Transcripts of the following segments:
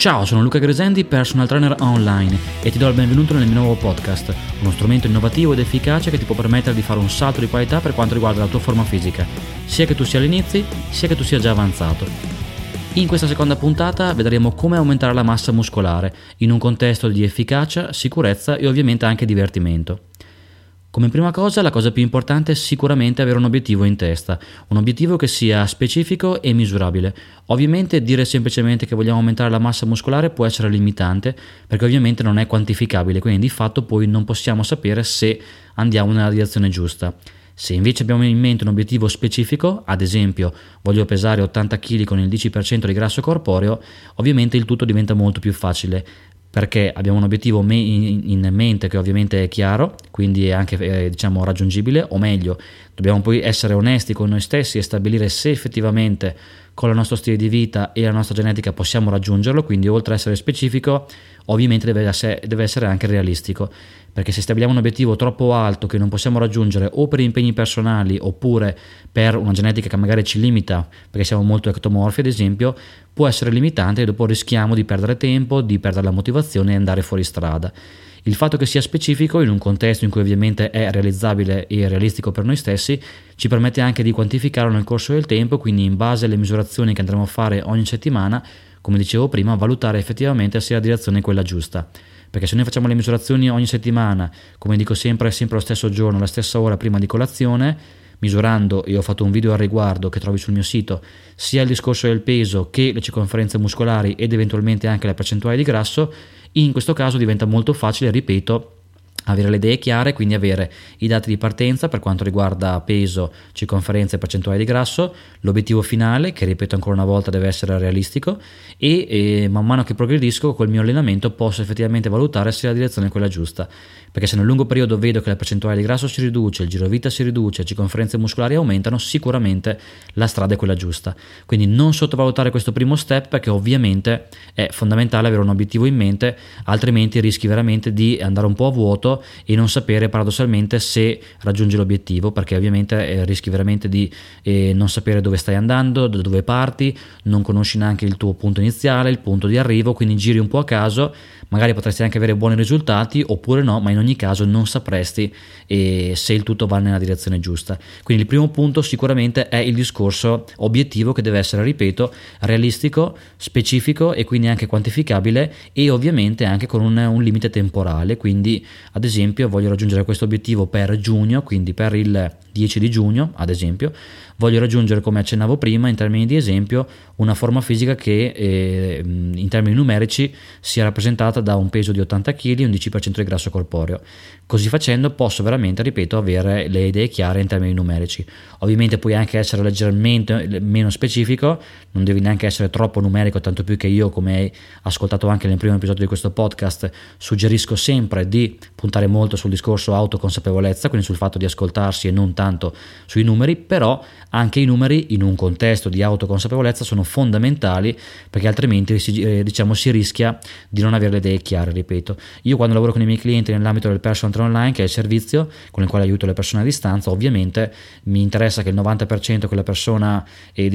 Ciao, sono Luca Gresendi, personal trainer online e ti do il benvenuto nel mio nuovo podcast, uno strumento innovativo ed efficace che ti può permettere di fare un salto di qualità per quanto riguarda la tua forma fisica, sia che tu sia all'inizio, sia che tu sia già avanzato. In questa seconda puntata vedremo come aumentare la massa muscolare in un contesto di efficacia, sicurezza e ovviamente anche divertimento. Come prima cosa, la cosa più importante è sicuramente avere un obiettivo in testa, un obiettivo che sia specifico e misurabile. Ovviamente dire semplicemente che vogliamo aumentare la massa muscolare può essere limitante, perché ovviamente non è quantificabile, quindi di fatto poi non possiamo sapere se andiamo nella direzione giusta. Se invece abbiamo in mente un obiettivo specifico, ad esempio voglio pesare 80 kg con il 10% di grasso corporeo, ovviamente il tutto diventa molto più facile, perché abbiamo un obiettivo in mente che ovviamente è chiaro, quindi è anche raggiungibile, o meglio, dobbiamo poi essere onesti con noi stessi e stabilire se effettivamente con il nostro stile di vita e la nostra genetica possiamo raggiungerlo, quindi oltre a essere specifico ovviamente deve essere anche realistico, perché se stabiliamo un obiettivo troppo alto che non possiamo raggiungere o per impegni personali oppure per una genetica che magari ci limita perché siamo molto ectomorfi ad esempio, può essere limitante e dopo rischiamo di perdere tempo, di perdere la motivazione e andare fuori strada. Il fatto che sia specifico in un contesto in cui ovviamente è realizzabile e realistico per noi stessi ci permette anche di quantificarlo nel corso del tempo, quindi in base alle misurazioni che andremo a fare ogni settimana, come dicevo prima, valutare effettivamente se la direzione è quella giusta. Perché se noi facciamo le misurazioni ogni settimana, come dico sempre lo stesso giorno, la stessa ora prima di colazione, misurando, e ho fatto un video al riguardo che trovi sul mio sito, sia il discorso del peso che le circonferenze muscolari ed eventualmente anche la percentuale di grasso, in questo caso diventa molto facile, ripeto, avere le idee chiare, quindi avere i dati di partenza per quanto riguarda peso, circonferenza e percentuale di grasso, l'obiettivo finale che ripeto ancora una volta deve essere realistico e man mano che progredisco col mio allenamento posso effettivamente valutare se la direzione è quella giusta, perché se nel lungo periodo vedo che la percentuale di grasso si riduce, il girovita si riduce, le circonferenze muscolari aumentano, sicuramente la strada è quella giusta. Quindi non sottovalutare questo primo step, perché ovviamente è fondamentale avere un obiettivo in mente, altrimenti rischi veramente di andare un po' a vuoto e non sapere paradossalmente se raggiungi l'obiettivo, perché ovviamente rischi veramente di non sapere dove stai andando, da dove parti, non conosci neanche il tuo punto iniziale, il punto di arrivo, quindi giri un po' a caso, magari potresti anche avere buoni risultati oppure no, ma in ogni caso non sapresti se il tutto va nella direzione giusta. Quindi il primo punto sicuramente è il discorso obiettivo, che deve essere, ripeto, realistico, specifico e quindi anche quantificabile e ovviamente anche con un limite temporale. Quindi ad esempio voglio raggiungere questo obiettivo per giugno, quindi per il 10 di giugno ad esempio, voglio raggiungere, come accennavo prima in termini di esempio, una forma fisica che in termini numerici sia rappresentata da un peso di 80 kg e un 10% di grasso corporeo. Così facendo posso veramente, ripeto, avere le idee chiare in termini numerici. Ovviamente puoi anche essere leggermente meno specifico, non devi neanche essere troppo numerico, tanto più che io, come hai ascoltato anche nel primo episodio di questo podcast, suggerisco sempre di puntare molto sul discorso autoconsapevolezza, quindi sul fatto di ascoltarsi e non tanto sui numeri, però anche i numeri in un contesto di autoconsapevolezza sono fondamentali, perché altrimenti si rischia di non avere le idee chiare. Ripeto, io quando lavoro con i miei clienti nell'ambito del personal trainer online, che è il servizio con il quale aiuto le persone a distanza, ovviamente mi interessa che il 90% che la persona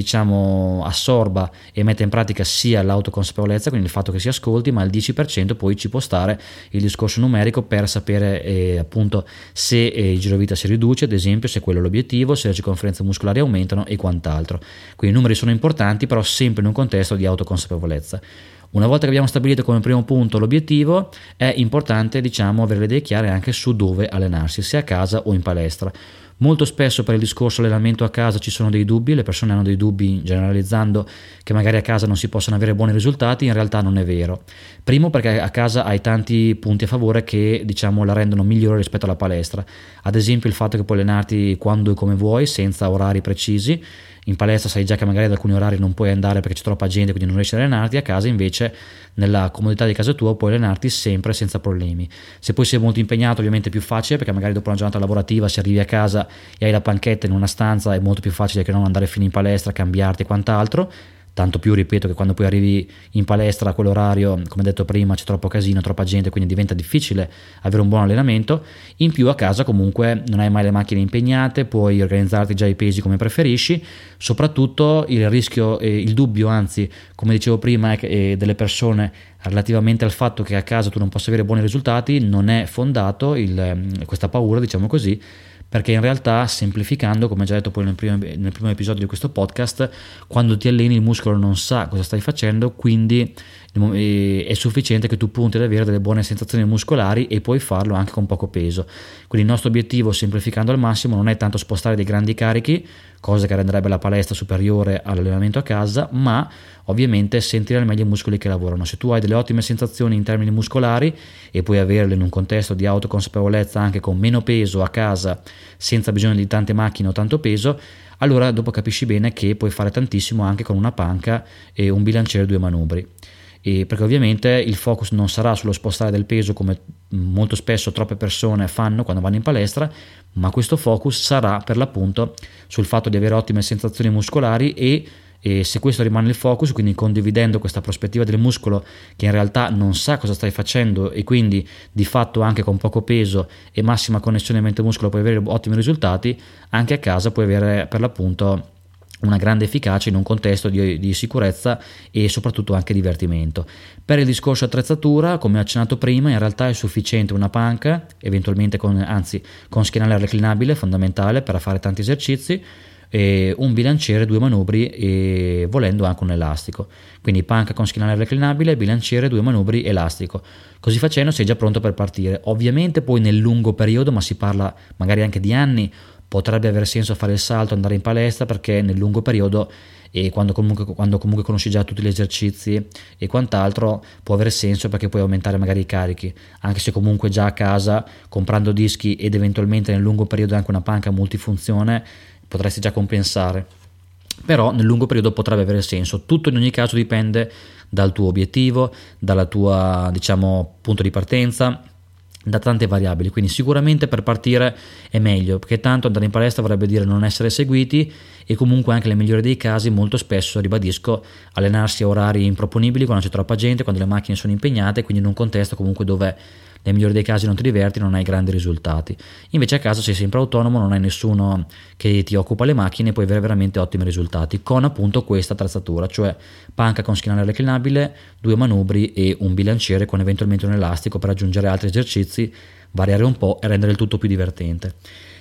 assorba e metta in pratica sia l'autoconsapevolezza, quindi il fatto che si ascolti, ma il 10% poi ci può stare il discorso numerico per sapere appunto se il girovita si riduce, ad esempio, se quello è l'obiettivo, se le circonferenze muscolari aumentano e quant'altro. Quindi i numeri sono importanti, però sempre in un contesto di autoconsapevolezza. Una volta che abbiamo stabilito come primo punto l'obiettivo, è importante avere le idee chiare anche su dove allenarsi, se a casa o in palestra. Molto spesso per il discorso allenamento a casa ci sono dei dubbi, le persone hanno dei dubbi generalizzando che magari a casa non si possono avere buoni risultati. In realtà non è vero. Primo, perché a casa hai tanti punti a favore che la rendono migliore rispetto alla palestra, ad esempio il fatto che puoi allenarti quando e come vuoi senza orari precisi. In palestra sai già che magari ad alcuni orari non puoi andare perché c'è troppa gente, quindi non riesci ad allenarti. A casa invece, nella comodità di casa tua, puoi allenarti sempre senza problemi. Se poi sei molto impegnato ovviamente è più facile, perché magari dopo una giornata lavorativa, se arrivi a casa e hai la panchetta in una stanza, è molto più facile che non andare fino in palestra, cambiarti e quant'altro. tanto più, ripeto, che quando poi arrivi in palestra a quell'orario, come detto prima, c'è troppo casino, troppa gente, quindi diventa difficile avere un buon allenamento. In più a casa comunque non hai mai le macchine impegnate, puoi organizzarti già i pesi come preferisci. Soprattutto il rischio, il dubbio, anzi, come dicevo prima, delle persone relativamente al fatto che a casa tu non possa avere buoni risultati non è fondato, questa paura, diciamo così, perché in realtà, semplificando, come già detto poi nel primo episodio di questo podcast, quando ti alleni il muscolo non sa cosa stai facendo, quindi è sufficiente che tu punti ad avere delle buone sensazioni muscolari e puoi farlo anche con poco peso. Quindi il nostro obiettivo, semplificando al massimo, non è tanto spostare dei grandi carichi, cosa che renderebbe la palestra superiore all'allenamento a casa, ma ovviamente sentire al meglio i muscoli che lavorano. Se tu hai delle ottime sensazioni in termini muscolari e puoi averle in un contesto di autoconsapevolezza anche con meno peso a casa, senza bisogno di tante macchine o tanto peso, allora dopo capisci bene che puoi fare tantissimo anche con una panca e un bilanciere 2 manubri. Perché ovviamente il focus non sarà sullo spostare del peso come molto spesso troppe persone fanno quando vanno in palestra, ma questo focus sarà per l'appunto sul fatto di avere ottime sensazioni muscolari e se questo rimane il focus, quindi condividendo questa prospettiva del muscolo che in realtà non sa cosa stai facendo e quindi di fatto anche con poco peso e massima connessione mente-muscolo puoi avere ottimi risultati, anche a casa puoi avere per l'appunto una grande efficacia in un contesto di sicurezza e soprattutto anche divertimento. Per il discorso attrezzatura, come ho accennato prima, in realtà è sufficiente una panca, eventualmente con schienale reclinabile, fondamentale per fare tanti esercizi, e un bilanciere 2 manubri e volendo anche un elastico. Quindi panca con schienale reclinabile, bilanciere 2 manubri, elastico. Così facendo sei già pronto per partire. Ovviamente poi nel lungo periodo, ma si parla magari anche di anni, potrebbe avere senso fare il salto, andare in palestra, perché nel lungo periodo e quando comunque conosci già tutti gli esercizi e quant'altro può avere senso, perché puoi aumentare magari i carichi, anche se comunque già a casa comprando dischi ed eventualmente nel lungo periodo anche una panca multifunzione potresti già compensare, però nel lungo periodo potrebbe avere senso. Tutto in ogni caso dipende dal tuo obiettivo, dalla tua punto di partenza, da tante variabili. Quindi sicuramente per partire è meglio, perché tanto andare in palestra vorrebbe dire non essere seguiti e comunque anche nel migliore dei casi molto spesso, ribadisco, allenarsi a orari improponibili quando c'è troppa gente, quando le macchine sono impegnate, quindi in un contesto comunque dove nel migliore dei casi non ti diverti, non hai grandi risultati. Invece a casa sei sempre autonomo, non hai nessuno che ti occupa le macchine, puoi avere veramente ottimi risultati con appunto questa attrezzatura, cioè panca con schienale reclinabile, 2 manubri e un bilanciere con eventualmente un elastico per aggiungere altri esercizi, variare un po' e rendere il tutto più divertente.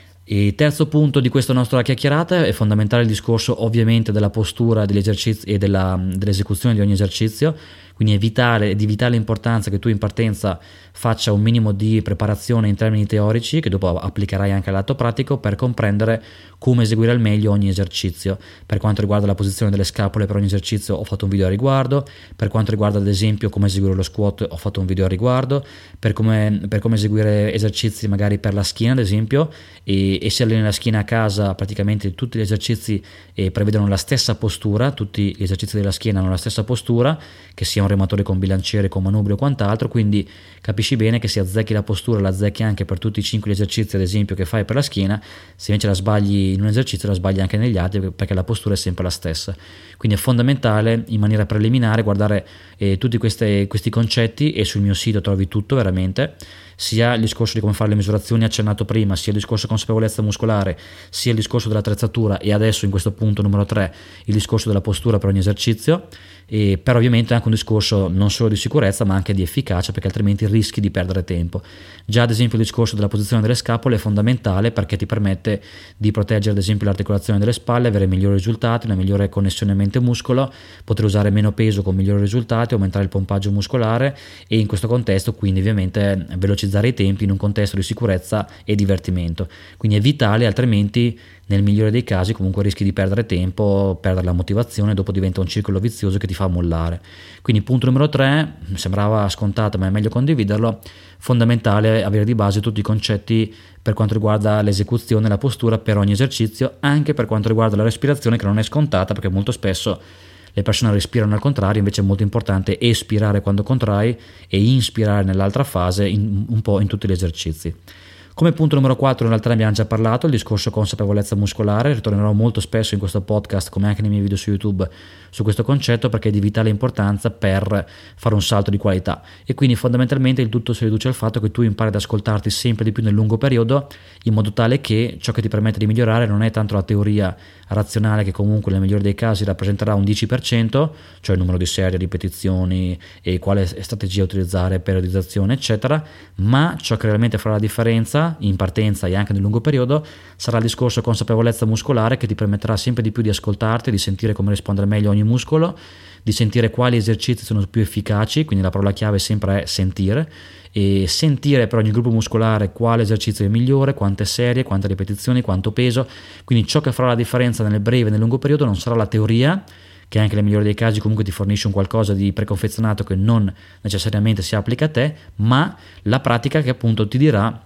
E terzo punto di questa nostra chiacchierata è fondamentale il discorso ovviamente della postura degli esercizi e dell'esecuzione di ogni esercizio. Quindi è di vitale importanza che tu in partenza faccia un minimo di preparazione in termini teorici, che dopo applicherai anche all'atto pratico, per comprendere come eseguire al meglio ogni esercizio. Per quanto riguarda la posizione delle scapole per ogni esercizio ho fatto un video a riguardo, per quanto riguarda ad esempio come eseguire lo squat ho fatto un video a riguardo, per come eseguire esercizi magari per la schiena ad esempio, e se alleni la schiena a casa praticamente tutti gli esercizi prevedono la stessa postura, tutti gli esercizi della schiena hanno la stessa postura, che sia un rematore con bilanciere, con manubrio o quant'altro, quindi capisci bene che se azzecchi la postura la azzecchi anche per tutti i 5 esercizi ad esempio che fai per la schiena, se invece la sbagli in un esercizio la sbagli anche negli altri, perché la postura è sempre la stessa. Quindi è fondamentale in maniera preliminare guardare tutti questi concetti, e sul mio sito trovi tutto veramente, sia il discorso di come fare le misurazioni accennato prima, sia il discorso consapevolezza muscolare, sia il discorso dell'attrezzatura e adesso in questo punto numero 3 il discorso della postura per ogni esercizio, e per ovviamente anche un discorso non solo di sicurezza ma anche di efficacia, perché altrimenti rischi di perdere tempo. Già ad esempio il discorso della posizione delle scapole è fondamentale, perché ti permette di proteggere ad esempio l'articolazione delle spalle, avere migliori risultati, una migliore connessione mente-muscolo, poter usare meno peso con migliori risultati, aumentare il pompaggio muscolare, e in questo contesto quindi ovviamente velocizzare i tempi in un contesto di sicurezza e divertimento. Quindi è vitale, altrimenti nel migliore dei casi comunque rischi di perdere tempo, perdere la motivazione, dopo diventa un circolo vizioso che ti fa mollare. Quindi punto numero 3, sembrava scontato ma è meglio condividerlo, fondamentale avere di base tutti i concetti per quanto riguarda l'esecuzione e la postura per ogni esercizio, anche per quanto riguarda la respirazione, che non è scontata, perché molto spesso le persone respirano al contrario, invece è molto importante espirare quando contrai e inspirare nell'altra fase un po' in tutti gli esercizi. Come punto numero 4 in realtà ne abbiamo già parlato, il discorso consapevolezza muscolare. Ritornerò molto spesso in questo podcast, come anche nei miei video su YouTube, su questo concetto, perché è di vitale importanza per fare un salto di qualità. E quindi fondamentalmente il tutto si riduce al fatto che tu impari ad ascoltarti sempre di più nel lungo periodo, in modo tale che ciò che ti permette di migliorare non è tanto la teoria razionale, che comunque nel migliore dei casi rappresenterà un 10%, cioè il numero di serie, ripetizioni e quale strategia utilizzare, periodizzazione eccetera, ma ciò che realmente farà la differenza in partenza e anche nel lungo periodo sarà il discorso consapevolezza muscolare, che ti permetterà sempre di più di ascoltarti, di sentire come rispondere meglio a ogni muscolo, di sentire quali esercizi sono più efficaci, quindi la parola chiave sempre è sentire, e sentire per ogni gruppo muscolare quale esercizio è migliore, quante serie, quante ripetizioni, quanto peso. Quindi ciò che farà la differenza nel breve e nel lungo periodo non sarà la teoria, che anche nel migliore dei casi comunque ti fornisce un qualcosa di preconfezionato che non necessariamente si applica a te, ma la pratica che appunto ti dirà,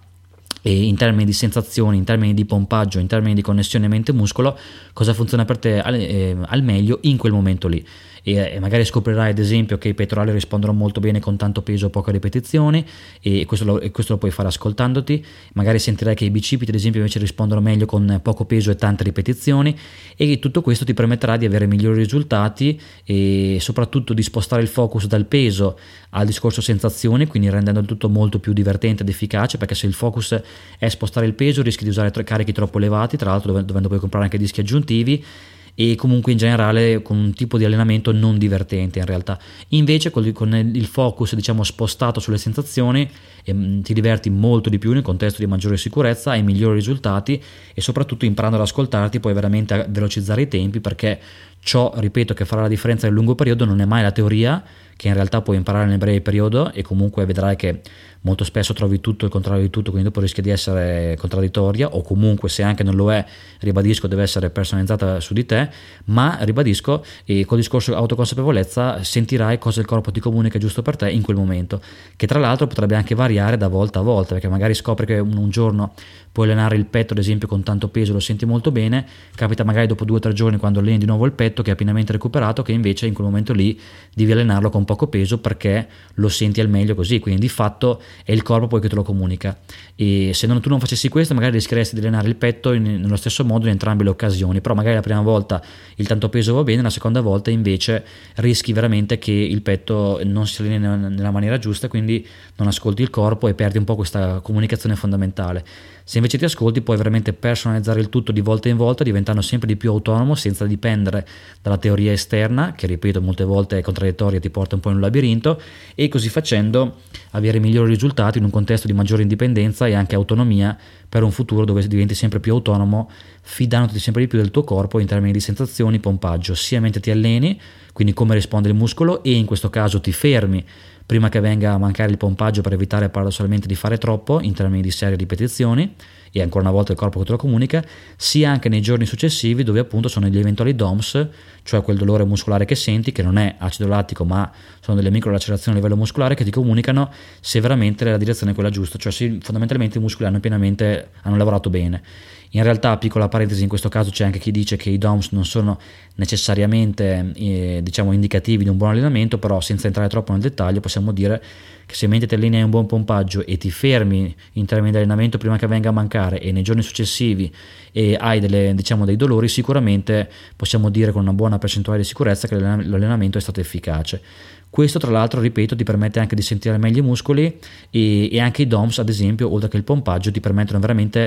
e in termini di sensazioni, in termini di pompaggio, in termini di connessione mente-muscolo, cosa funziona per te al meglio in quel momento lì. E magari scoprirai ad esempio che i pettorali rispondono molto bene con tanto peso o poche ripetizioni, e questo lo puoi fare ascoltandoti. Magari sentirai che i bicipiti ad esempio invece rispondono meglio con poco peso e tante ripetizioni, e tutto questo ti permetterà di avere migliori risultati e soprattutto di spostare il focus dal peso al discorso sensazioni, quindi rendendo il tutto molto più divertente ed efficace, perché se il focus è spostare il peso rischi di usare carichi troppo elevati, tra l'altro dovendo poi comprare anche dischi aggiuntivi, e comunque in generale con un tipo di allenamento non divertente in realtà. Invece con il focus diciamo spostato sulle sensazioni ti diverti molto di più nel contesto di maggiore sicurezza, hai migliori risultati, e soprattutto imparando ad ascoltarti puoi veramente velocizzare i tempi, perché ciò, ripeto, che farà la differenza nel lungo periodo non è mai la teoria, che in realtà puoi imparare nel breve periodo, e comunque vedrai che molto spesso trovi tutto il contrario di tutto, quindi dopo rischia di essere contraddittoria, o comunque se anche non lo è, ribadisco, deve essere personalizzata su di te. Ma ribadisco, e col discorso autoconsapevolezza sentirai cosa il corpo ti comunica giusto per te in quel momento, che tra l'altro potrebbe anche variare da volta a volta, perché magari scopri che un giorno puoi allenare il petto ad esempio con tanto peso, lo senti molto bene, capita magari dopo 2 o 3 giorni quando alleni di nuovo il petto che è pienamente recuperato, che invece in quel momento lì devi allenarlo con poco peso perché lo senti al meglio così, quindi di fatto è il corpo poi che te lo comunica. E se tu non facessi questo magari rischieresti di allenare il petto nello stesso modo in entrambe le occasioni, però magari la prima volta il tanto peso va bene, la seconda volta invece rischi veramente che il petto non si alleni nella maniera giusta, quindi non ascolti il corpo e perdi un po' questa comunicazione fondamentale. Se invece ti ascolti puoi veramente personalizzare il tutto di volta in volta, diventando sempre di più autonomo senza dipendere dalla teoria esterna, che ripeto molte volte è contraddittoria e ti porta un po' in un labirinto, e così facendo avere migliori risultati in un contesto di maggiore indipendenza e anche autonomia per un futuro dove diventi sempre più autonomo, fidandoti sempre di più del tuo corpo in termini di sensazioni, pompaggio, sia mentre ti alleni, quindi come risponde il muscolo, e in questo caso ti fermi prima che venga a mancare il pompaggio per evitare paradossalmente di fare troppo in termini di serie ripetizioni, e ancora una volta il corpo che te lo comunica, sia anche nei giorni successivi dove appunto sono gli eventuali DOMS, cioè quel dolore muscolare che senti, che non è acido lattico ma sono delle microlacerazioni a livello muscolare che ti comunicano se veramente la direzione è quella giusta, cioè se fondamentalmente i muscoli hanno lavorato bene. In realtà, piccola parentesi, in questo caso c'è anche chi dice che i DOMS non sono necessariamente indicativi di un buon allenamento, però senza entrare troppo nel dettaglio possiamo dire che se mentre ti alleni hai un buon pompaggio e ti fermi in termini di allenamento prima che venga a mancare e nei giorni successivi e hai dei dolori, sicuramente possiamo dire con una buona percentuale di sicurezza che l'allenamento è stato efficace. Questo tra l'altro, ripeto, ti permette anche di sentire meglio i muscoli, e anche i DOMS ad esempio, oltre che il pompaggio, ti permettono veramente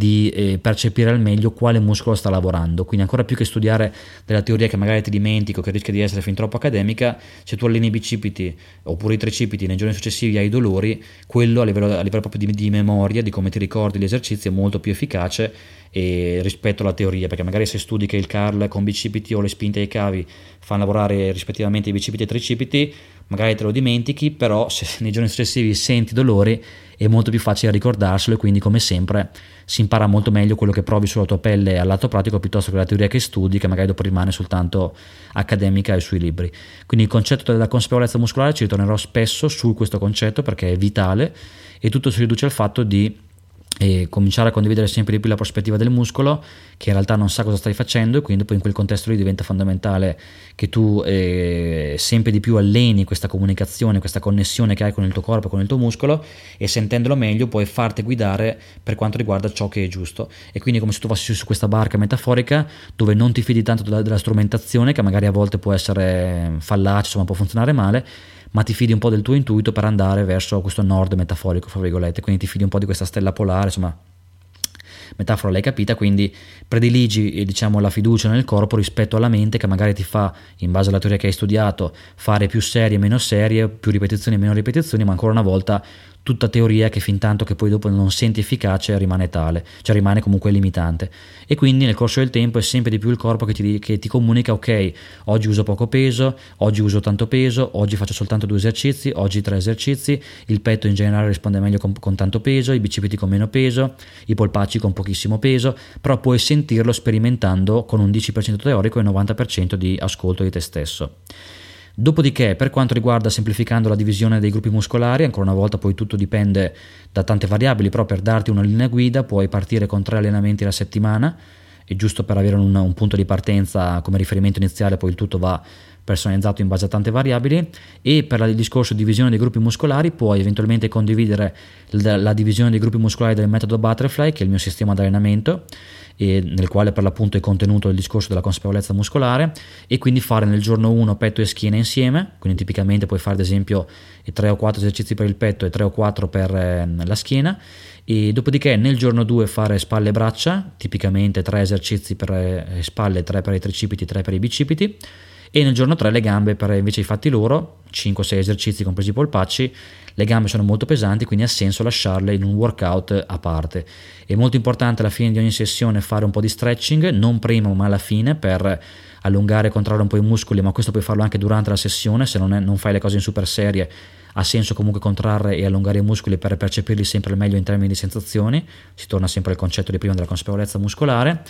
di percepire al meglio quale muscolo sta lavorando. Quindi ancora più che studiare della teoria che magari ti dimentico, che rischia di essere fin troppo accademica, se tu alleni i bicipiti oppure i tricipiti nei giorni successivi hai dolori, quello a livello proprio di memoria, di come ti ricordi gli esercizi, è molto più efficace rispetto alla teoria, perché magari se studi che il curl con bicipiti o le spinte ai cavi fanno lavorare rispettivamente i bicipiti e i tricipiti, magari te lo dimentichi, però se nei giorni successivi senti dolori è molto più facile ricordarselo, e quindi come sempre si impara molto meglio quello che provi sulla tua pelle all'atto pratico piuttosto che la teoria che studi, che magari dopo rimane soltanto accademica e sui libri. Quindi il concetto della consapevolezza muscolare ci ritornerò spesso su questo concetto perché è vitale, e tutto si riduce al fatto di e cominciare a condividere sempre di più la prospettiva del muscolo, che in realtà non sa cosa stai facendo, e quindi poi in quel contesto lì diventa fondamentale che tu sempre di più alleni questa comunicazione, questa connessione che hai con il tuo corpo, con il tuo muscolo, e sentendolo meglio puoi farti guidare per quanto riguarda ciò che è giusto. E quindi come se tu fossi su questa barca metaforica dove non ti fidi tanto della strumentazione, che magari a volte può essere fallace, insomma può funzionare male, ma ti fidi un po' del tuo intuito per andare verso questo nord metaforico, fra virgolette, quindi ti fidi un po' di questa stella polare, insomma, metafora l'hai capita, quindi prediligi diciamo la fiducia nel corpo rispetto alla mente, che magari ti fa, in base alla teoria che hai studiato, fare più serie, meno serie, più ripetizioni, meno ripetizioni, ma ancora una volta tutta teoria che fin tanto che poi dopo non senti efficace rimane tale, cioè rimane comunque limitante. E quindi nel corso del tempo è sempre di più il corpo che ti comunica: ok, oggi uso poco peso, oggi uso tanto peso, oggi faccio soltanto 2 esercizi, oggi 3 esercizi, il petto in generale risponde meglio con tanto peso, i bicipiti con meno peso, i polpacci con pochissimo peso, però puoi sentirlo sperimentando con un 10% teorico e 90% di ascolto di te stesso. Dopodiché, per quanto riguarda, semplificando la divisione dei gruppi muscolari, ancora una volta poi tutto dipende da tante variabili, però per darti una linea guida puoi partire con 3 allenamenti alla settimana, e giusto per avere un punto di partenza come riferimento iniziale, poi il tutto va personalizzato in base a tante variabili. E per il discorso di divisione dei gruppi muscolari puoi eventualmente condividere la divisione dei gruppi muscolari del metodo Butterfly, che è il mio sistema di allenamento, e nel quale per l'appunto è contenuto il discorso della consapevolezza muscolare, e quindi fare nel giorno 1 petto e schiena insieme. Quindi tipicamente puoi fare ad esempio 3 o 4 esercizi per il petto e 3 o 4 per la schiena, e dopodiché nel giorno 2 fare spalle e braccia, tipicamente 3 esercizi per spalle, 3 per i tricipiti, 3 per i bicipiti, e nel giorno 3 le gambe per invece i fatti loro, 5-6 esercizi compresi i polpacci. Le gambe sono molto pesanti, quindi ha senso lasciarle in un workout a parte. È molto importante alla fine di ogni sessione fare un po' di stretching, non prima ma alla fine, per allungare e contrarre un po' i muscoli, ma questo puoi farlo anche durante la sessione. Se non fai le cose in super serie, ha senso comunque contrarre e allungare i muscoli per percepirli sempre al meglio in termini di sensazioni. Si torna sempre al concetto di prima della consapevolezza muscolare.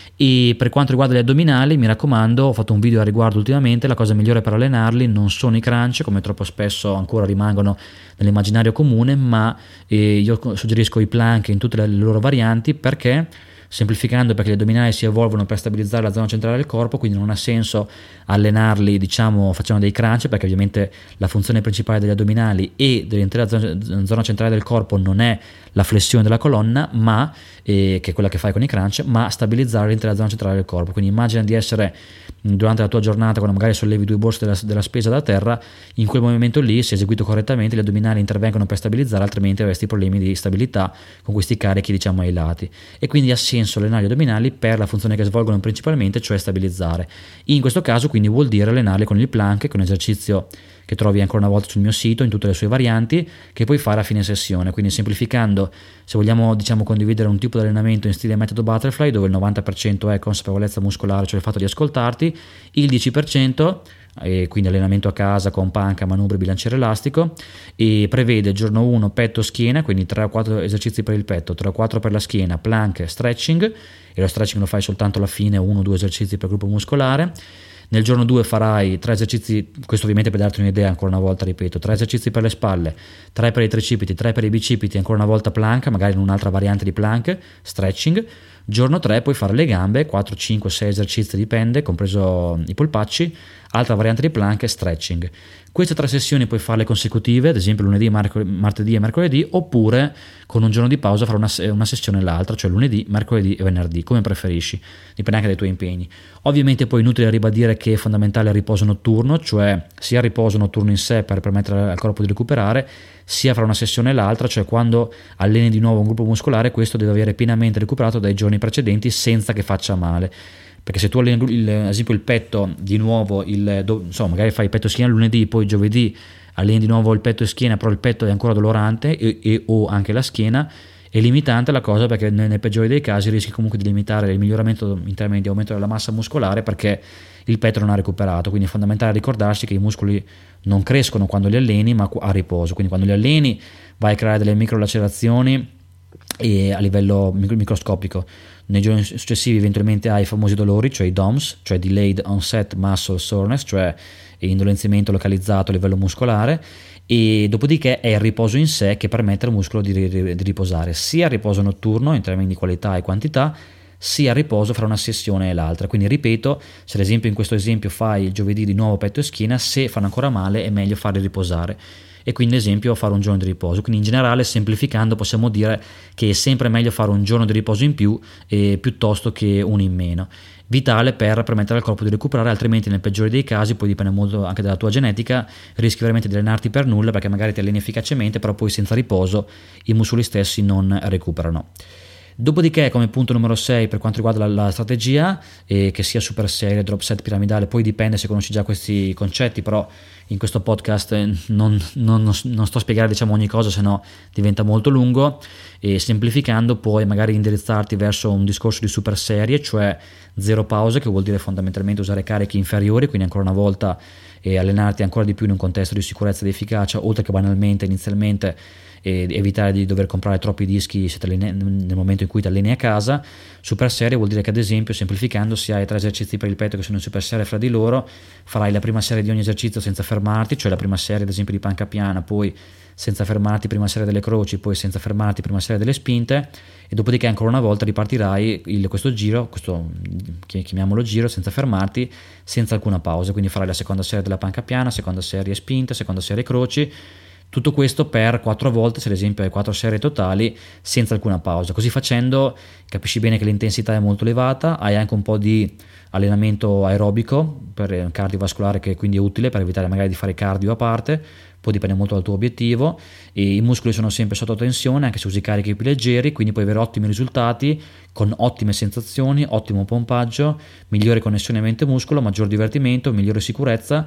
E per quanto riguarda gli addominali, mi raccomando, ho fatto un video a riguardo ultimamente, la cosa migliore per allenarli non sono i crunch, come troppo spesso ancora rimangono nell'immaginario comune, ma io suggerisco i plank in tutte le loro varianti. Perché? Semplificando, perché gli addominali si evolvono per stabilizzare la zona centrale del corpo, quindi non ha senso allenarli diciamo facendo dei crunch, perché ovviamente la funzione principale degli addominali e dell'intera zona centrale del corpo non è la flessione della colonna, ma che è quella che fai con i crunch, ma stabilizzare l'intera zona centrale del corpo. Quindi immagina di essere durante la tua giornata, quando magari sollevi 2 borse della spesa da terra, in quel momento lì, se eseguito correttamente, gli addominali intervengono per stabilizzare, altrimenti avresti problemi di stabilità con questi carichi diciamo ai lati. E quindi ha senso allenare gli addominali per la funzione che svolgono principalmente, cioè stabilizzare. In questo caso quindi vuol dire allenarli con il plank, che è un esercizio che trovi ancora una volta sul mio sito in tutte le sue varianti, che puoi fare a fine sessione. Quindi semplificando, se vogliamo diciamo condividere un tipo di allenamento in stile metodo Butterfly, dove il 90% è consapevolezza muscolare, cioè il fatto di ascoltarti, il 10% e quindi allenamento a casa con panca, manubri, bilanciere elastico, e prevede giorno 1 petto schiena, quindi 3 o 4 esercizi per il petto, 3 o 4 per la schiena, plank, stretching, e lo stretching lo fai soltanto alla fine, 1 o 2 esercizi per gruppo muscolare. Nel giorno 2 farai 3 esercizi, questo ovviamente per darti un'idea, ancora una volta ripeto, 3 esercizi per le spalle, 3 per i tricipiti, 3 per i bicipiti, ancora una volta plank, magari in un'altra variante di plank, stretching. Giorno 3 puoi fare le gambe, 4, 5, 6 esercizi dipende, compreso i polpacci, altra variante di plank e stretching. Queste 3 sessioni puoi farle consecutive, ad esempio lunedì, martedì e mercoledì, oppure con un giorno di pausa fare una sessione e l'altra, cioè lunedì, mercoledì e venerdì, come preferisci, dipende anche dai tuoi impegni. Ovviamente poi è inutile ribadire che è fondamentale il riposo notturno, cioè sia il riposo notturno in sé per permettere al corpo di recuperare, sia fra una sessione e l'altra, cioè quando alleni di nuovo un gruppo muscolare, questo deve avere pienamente recuperato dai giorni precedenti senza che faccia male. Perché se tu alleni ad esempio il petto di nuovo, magari fai petto e schiena lunedì, poi giovedì alleni di nuovo il petto e schiena, però il petto è ancora dolorante o anche la schiena, è limitante la cosa, perché nel peggiore dei casi rischi comunque di limitare il miglioramento in termini di aumento della massa muscolare, perché il petto non ha recuperato. Quindi è fondamentale ricordarsi che i muscoli non crescono quando li alleni, ma a riposo. Quindi quando li alleni vai a creare delle microlacerazioni e a livello microscopico. Nei giorni successivi eventualmente hai i famosi dolori, cioè i DOMS, cioè Delayed Onset Muscle Soreness, cioè indolenzimento localizzato a livello muscolare, e dopodiché è il riposo in sé che permette al muscolo di riposare, sia il riposo notturno in termini di qualità e quantità, sia il riposo fra una sessione e l'altra. Quindi ripeto, se ad esempio in questo esempio fai il giovedì di nuovo petto e schiena, se fanno ancora male è meglio farli riposare, e quindi ad esempio fare un giorno di riposo. Quindi in generale, semplificando, possiamo dire che è sempre meglio fare un giorno di riposo in più piuttosto che uno in meno, vitale per permettere al corpo di recuperare, altrimenti nel peggiore dei casi, poi dipende molto anche dalla tua genetica, rischi veramente di allenarti per nulla, perché magari ti alleni efficacemente però poi senza riposo i muscoli stessi non recuperano. Dopodiché, come punto numero 6 per quanto riguarda la strategia, che sia super serie, drop set, piramidale, poi dipende se conosci già questi concetti, però in questo podcast non sto a spiegare ogni cosa, se no diventa molto lungo, e semplificando puoi magari indirizzarti verso un discorso di super serie, cioè zero pause, che vuol dire fondamentalmente usare carichi inferiori, quindi ancora una volta allenarti ancora di più in un contesto di sicurezza ed efficacia, oltre che banalmente inizialmente evitare di dover comprare troppi dischi nel momento in cui ti alleni a casa. Super serie vuol dire che, ad esempio, semplificando, se hai 3 esercizi per il petto che sono in super serie fra di loro, farai la prima serie di ogni esercizio senza fermarti, cioè la prima serie ad esempio di panca piana, poi senza fermarti prima serie delle croci, poi senza fermarti prima serie delle spinte, e dopodiché ancora una volta ripartirai questo giro, questo chiamiamolo giro, senza fermarti, senza alcuna pausa. Quindi farai la seconda serie della panca piana, seconda serie spinte, seconda serie croci, tutto questo per 4 volte, se ad esempio hai 4 serie totali, senza alcuna pausa. Così facendo capisci bene che l'intensità è molto elevata, hai anche un po' di allenamento aerobico per cardiovascolare, che quindi è utile per evitare magari di fare cardio a parte, poi dipende molto dal tuo obiettivo, e i muscoli sono sempre sotto tensione anche se usi carichi più leggeri, quindi puoi avere ottimi risultati con ottime sensazioni, ottimo pompaggio, migliore connessione mente-muscolo, maggior divertimento, migliore sicurezza,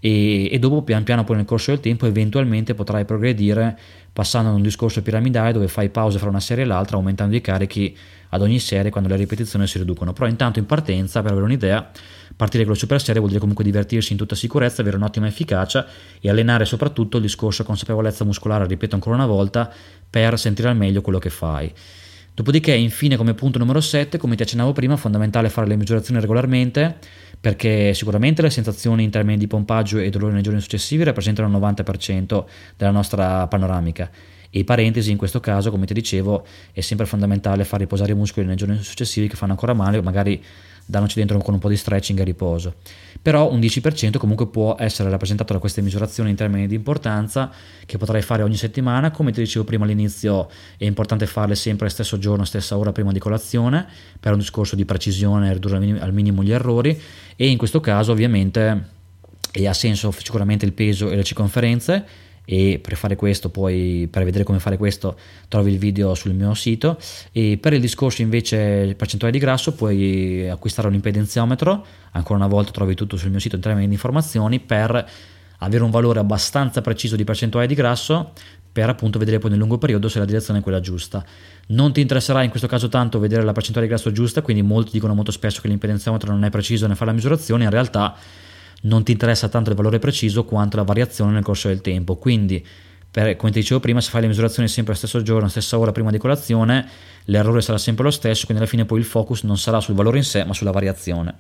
e dopo pian piano poi nel corso del tempo eventualmente potrai progredire passando ad un discorso piramidale dove fai pause fra una serie e l'altra, aumentando i carichi ad ogni serie quando le ripetizioni si riducono. Però intanto in partenza, per avere un'idea, partire con la super serie vuol dire comunque divertirsi in tutta sicurezza, avere un'ottima efficacia e allenare soprattutto il discorso consapevolezza muscolare, ripeto ancora una volta, per sentire al meglio quello che fai. Dopodiché, infine, come punto numero 7, come ti accennavo prima, è fondamentale fare le misurazioni regolarmente, perché sicuramente le sensazioni in termini di pompaggio e dolore nei giorni successivi rappresentano il 90% della nostra panoramica. E parentesi, in questo caso, come ti dicevo, è sempre fondamentale far riposare i muscoli nei giorni successivi che fanno ancora male, magari dandoci dentro con un po' di stretching e riposo. Però un 10% comunque può essere rappresentato da queste misurazioni in termini di importanza, che potrai fare ogni settimana. Come ti dicevo prima all'inizio, è importante farle sempre stesso giorno, stessa ora prima di colazione, per un discorso di precisione e ridurre al minimo gli errori, e in questo caso ovviamente ha senso sicuramente il peso e le circonferenze, e per fare questo per vedere come fare questo trovi il video sul mio sito. E per il discorso invece percentuale di grasso puoi acquistare un impedenziometro, ancora una volta trovi tutto sul mio sito in termini di informazioni, per avere un valore abbastanza preciso di percentuale di grasso, per appunto vedere poi nel lungo periodo se la direzione è quella giusta. Non ti interesserà in questo caso tanto vedere la percentuale di grasso giusta, quindi molti dicono molto spesso che l'impedenziometro non è preciso ne fa la misurazione. In realtà non ti interessa tanto il valore preciso quanto la variazione nel corso del tempo. Quindi, come ti dicevo prima, se fai le misurazioni sempre lo stesso giorno, stessa ora prima di colazione, l'errore sarà sempre lo stesso, quindi alla fine poi il focus non sarà sul valore in sé ma sulla variazione.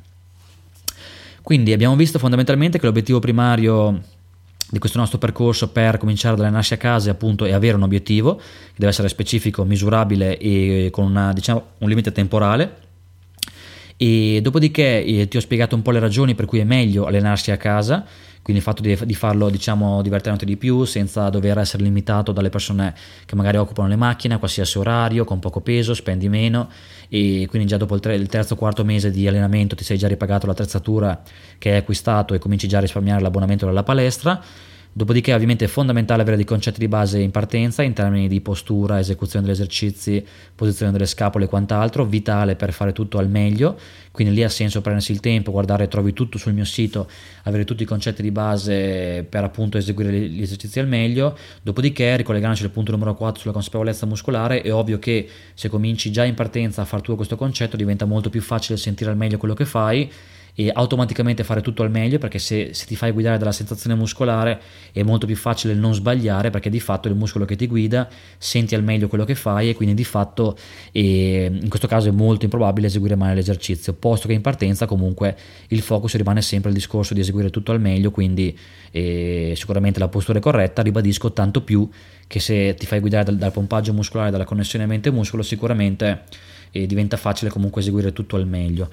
Quindi abbiamo visto fondamentalmente che l'obiettivo primario di questo nostro percorso per cominciare ad allenarsi a casa appunto è avere un obiettivo che deve essere specifico, misurabile e con un limite temporale. E dopodiché ti ho spiegato un po' le ragioni per cui è meglio allenarsi a casa, quindi il fatto di farlo divertendoti di più, senza dover essere limitato dalle persone che magari occupano le macchine a qualsiasi orario, con poco peso, spendi meno, e quindi già dopo il terzo o quarto mese di allenamento ti sei già ripagato l'attrezzatura che hai acquistato e cominci già a risparmiare l'abbonamento alla palestra. Dopodiché ovviamente è fondamentale avere dei concetti di base in partenza in termini di postura, esecuzione degli esercizi, posizione delle scapole e quant'altro, vitale per fare tutto al meglio. Quindi lì ha senso prendersi il tempo, guardare, trovi tutto sul mio sito, avere tutti i concetti di base per appunto eseguire gli esercizi al meglio. Dopodiché, ricollegandoci al punto numero 4 sulla consapevolezza muscolare, è ovvio che se cominci già in partenza a far tuo questo concetto diventa molto più facile sentire al meglio quello che fai, e automaticamente fare tutto al meglio, perché se ti fai guidare dalla sensazione muscolare è molto più facile non sbagliare, perché di fatto è il muscolo che ti guida, senti al meglio quello che fai e quindi di fatto in questo caso è molto improbabile eseguire male l'esercizio, posto che in partenza comunque il focus rimane sempre il discorso di eseguire tutto al meglio, quindi sicuramente la postura è corretta, ribadisco, tanto più che se ti fai guidare dal pompaggio muscolare, dalla connessione mente-muscolo, sicuramente diventa facile comunque eseguire tutto al meglio.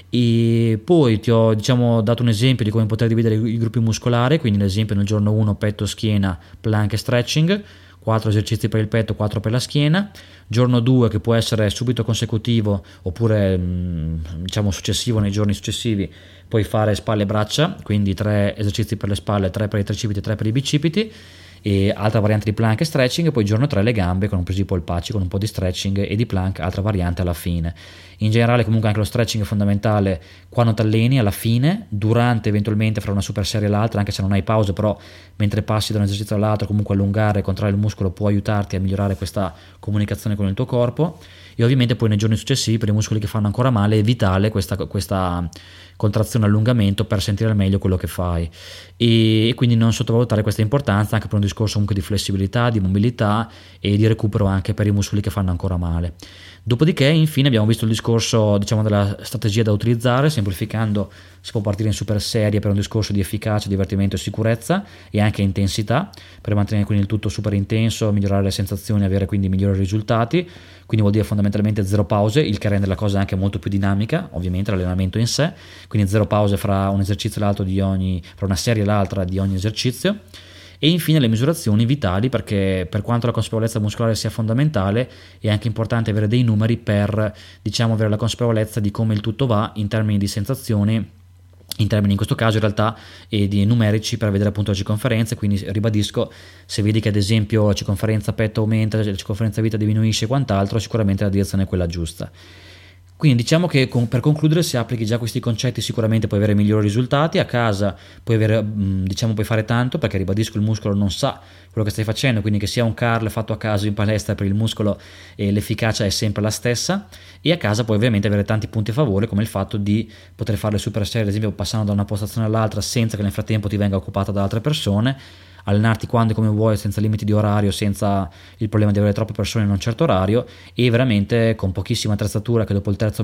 E poi ti ho dato un esempio di come poter dividere i gruppi muscolari, quindi l'esempio nel giorno 1 petto, schiena, plank e stretching, 4 esercizi per il petto, 4 per la schiena. Giorno 2, che può essere subito consecutivo oppure successivo, nei giorni successivi puoi fare spalle e braccia, quindi 3 esercizi per le spalle, 3 per i tricipiti, 3 per i bicipiti, e altra variante di plank e stretching. E poi giorno 3 le gambe con un presi polpacci, con un po' di stretching e di plank, altra variante alla fine. In generale comunque anche lo stretching è fondamentale quando ti alleni, alla fine, durante eventualmente fra una super serie e l'altra, anche se non hai pause, però mentre passi da un esercizio all'altro comunque allungare e contrarre il muscolo può aiutarti a migliorare questa comunicazione con il tuo corpo. E ovviamente poi nei giorni successivi, per i muscoli che fanno ancora male, è vitale questa contrazione allungamento per sentire al meglio quello che fai, e quindi non sottovalutare questa importanza anche per un discorso comunque di flessibilità, di mobilità e di recupero anche per i muscoli che fanno ancora male. Dopodiché infine abbiamo visto il discorso della strategia da utilizzare. Semplificando, si può partire in super serie per un discorso di efficacia, divertimento e sicurezza e anche intensità, per mantenere quindi il tutto super intenso, migliorare le sensazioni e avere quindi migliori risultati. Quindi vuol dire fondamentalmente 0 pause, il che rende la cosa anche molto più dinamica, ovviamente l'allenamento in sé, quindi 0 pause fra un esercizio e l'altro fra una serie e l'altra di ogni esercizio. E infine le misurazioni vitali, perché per quanto la consapevolezza muscolare sia fondamentale, è anche importante avere dei numeri per avere la consapevolezza di come il tutto va in termini di sensazioni, in termini in questo caso in realtà di numerici, per vedere appunto la circonferenza. Quindi ribadisco, se vedi che ad esempio la circonferenza petto aumenta, la circonferenza vita diminuisce e quant'altro, sicuramente la direzione è quella giusta. Quindi che per concludere, se applichi già questi concetti sicuramente puoi avere migliori risultati. A casa puoi fare tanto, perché ribadisco, il muscolo non sa quello che stai facendo, quindi che sia un curl fatto a casa in palestra, per il muscolo l'efficacia è sempre la stessa. E a casa puoi ovviamente avere tanti punti a favore, come il fatto di poter fare le super serie, ad esempio passando da una postazione all'altra senza che nel frattempo ti venga occupata da altre persone, allenarti quando e come vuoi, senza limiti di orario, senza il problema di avere troppe persone in un certo orario, e veramente con pochissima attrezzatura, che dopo il terzo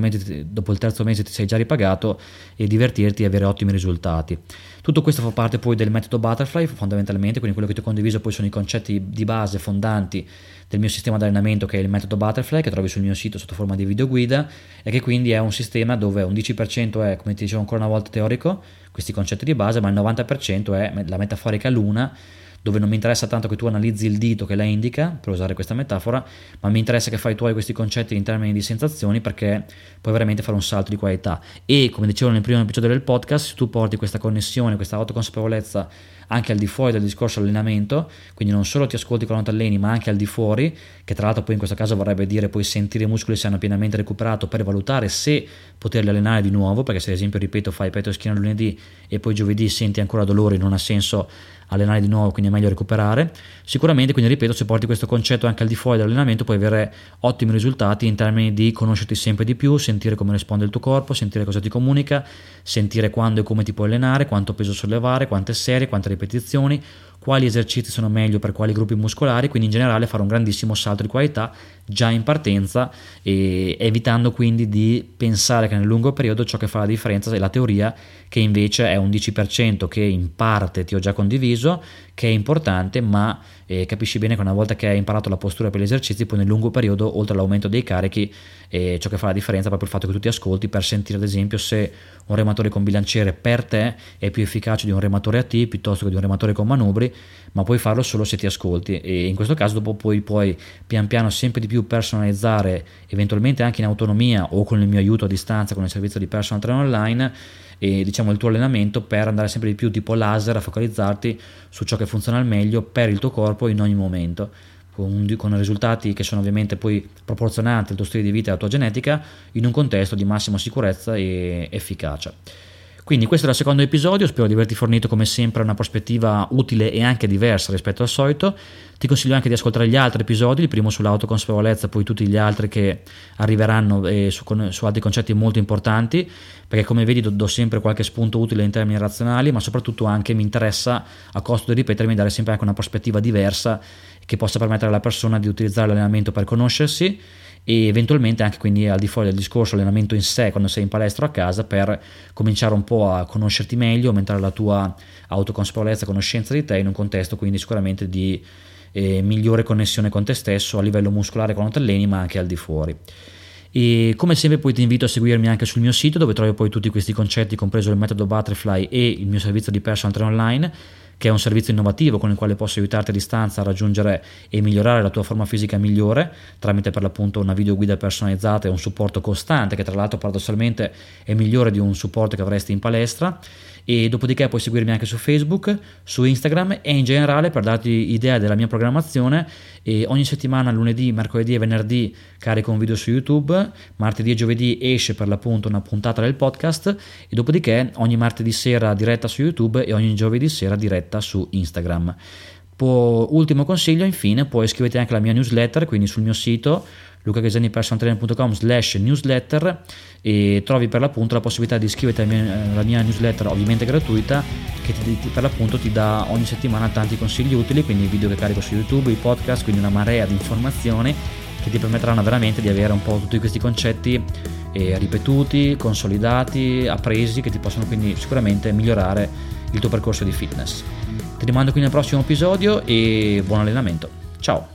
mese ti sei già ripagato, e divertirti e avere ottimi risultati. Tutto questo fa parte poi del metodo Butterfly fondamentalmente, quindi quello che ti ho condiviso poi sono i concetti di base fondanti del mio sistema di allenamento, che è il metodo Butterfly, che trovi sul mio sito sotto forma di videoguida, e che quindi è un sistema dove un 10% è, come ti dicevo ancora una volta, teorico, questi concetti di base, ma il 90% è la metaforica luna, dove non mi interessa tanto che tu analizzi il dito che la indica, per usare questa metafora, ma mi interessa che fai tu questi concetti in termini di sensazioni, perché puoi veramente fare un salto di qualità. E come dicevo nel primo episodio del podcast, se tu porti questa connessione, questa autoconsapevolezza anche al di fuori del discorso allenamento, quindi non solo ti ascolti quando ti alleni, ma anche al di fuori, che tra l'altro poi in questo caso vorrebbe dire poi sentire i muscoli se hanno pienamente recuperato, per valutare se poterli allenare di nuovo, perché se ad esempio, ripeto, fai petto e schiena lunedì e poi giovedì senti ancora dolori, non ha senso allenare di nuovo, quindi è meglio recuperare. Sicuramente, quindi ripeto, se porti questo concetto anche al di fuori dell'allenamento puoi avere ottimi risultati in termini di conoscerti sempre di più, sentire come risponde il tuo corpo, sentire cosa ti comunica, sentire quando e come ti puoi allenare, quanto peso sollevare, quante serie, quante ripetizioni, quali esercizi sono meglio per quali gruppi muscolari, quindi in generale fare un grandissimo salto di qualità già in partenza, e evitando quindi di pensare che nel lungo periodo ciò che fa la differenza è la teoria, che invece è un 10% che in parte ti ho già condiviso, che è importante, ma capisci bene che una volta che hai imparato la postura per gli esercizi, poi nel lungo periodo, oltre all'aumento dei carichi, ciò che fa la differenza è proprio il fatto che tu ti ascolti, per sentire ad esempio se un rematore con bilanciere per te è più efficace di un rematore a T piuttosto che di un rematore con manubri, ma puoi farlo solo se ti ascolti. E in questo caso dopo poi puoi pian piano sempre di più personalizzare, eventualmente anche in autonomia o con il mio aiuto a distanza con il servizio di personal trainer online, e il tuo allenamento, per andare sempre di più tipo laser a focalizzarti su ciò che funziona al meglio per il tuo corpo in ogni momento, con risultati che sono ovviamente poi proporzionati al tuo stile di vita e alla tua genetica, in un contesto di massima sicurezza e efficacia. Quindi questo era il secondo episodio, spero di averti fornito come sempre una prospettiva utile e anche diversa rispetto al solito. Ti consiglio anche di ascoltare gli altri episodi, il primo sull'autoconsapevolezza, poi tutti gli altri che arriveranno su altri concetti molto importanti, perché come vedi do sempre qualche spunto utile in termini razionali, ma soprattutto anche mi interessa, a costo di ripetermi, dare sempre anche una prospettiva diversa che possa permettere alla persona di utilizzare l'allenamento per conoscersi e eventualmente anche, quindi al di fuori del discorso allenamento in sé quando sei in palestra o a casa, per cominciare un po' a conoscerti meglio, aumentare la tua autoconsapevolezza, conoscenza di te in un contesto quindi sicuramente di migliore connessione con te stesso a livello muscolare quando ti alleni, ma anche al di fuori. E come sempre poi ti invito a seguirmi anche sul mio sito, dove trovi poi tutti questi concetti, compreso il metodo Butterfly e il mio servizio di personal trainer online, che è un servizio innovativo con il quale posso aiutarti a distanza a raggiungere e migliorare la tua forma fisica migliore tramite per l'appunto una videoguida personalizzata e un supporto costante, che tra l'altro paradossalmente è migliore di un supporto che avresti in palestra. E dopodiché puoi seguirmi anche su Facebook, su Instagram e in generale, per darti idea della mia programmazione, ogni settimana lunedì, mercoledì e venerdì carico un video su YouTube, martedì e giovedì esce per l'appunto una puntata del podcast e dopodiché ogni martedì sera diretta su YouTube e ogni giovedì sera diretta su Instagram. Ultimo consiglio, infine, puoi iscriverti anche alla mia newsletter, quindi sul mio sito lucaghisanipersonaltrainer.com/newsletter, e trovi per l'appunto la possibilità di iscriverti alla mia newsletter, ovviamente gratuita, che per l'appunto ti dà ogni settimana tanti consigli utili, quindi i video che carico su YouTube, i podcast, quindi una marea di informazioni che ti permetteranno veramente di avere un po' tutti questi concetti ripetuti, consolidati, appresi, che ti possono quindi sicuramente migliorare il tuo percorso di fitness. Ti rimando quindi al prossimo episodio e buon allenamento. Ciao!